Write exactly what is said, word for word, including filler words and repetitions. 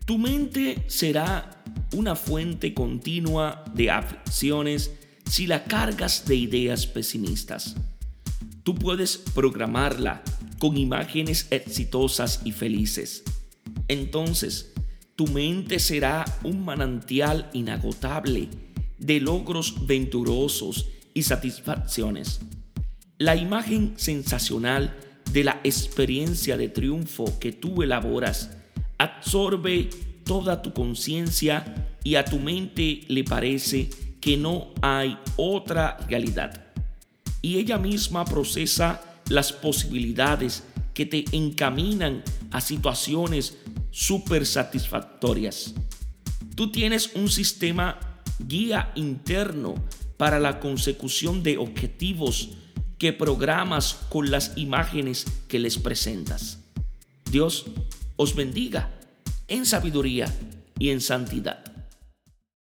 Tu mente será una fuente continua de aflicciones si la cargas de ideas pesimistas. Tú puedes programarla con imágenes exitosas y felices. Entonces, tu mente será un manantial inagotable de logros venturosos y satisfacciones. La imagen sensacional de la experiencia de triunfo que tú elaboras absorbe toda tu conciencia y a tu mente le parece que no hay otra realidad. Y ella misma procesa las posibilidades que te encaminan a situaciones súper satisfactorias. Tú tienes un sistema guía interno para la consecución de objetivos que programas con las imágenes que les presentas. Dios os bendiga en sabiduría y en santidad.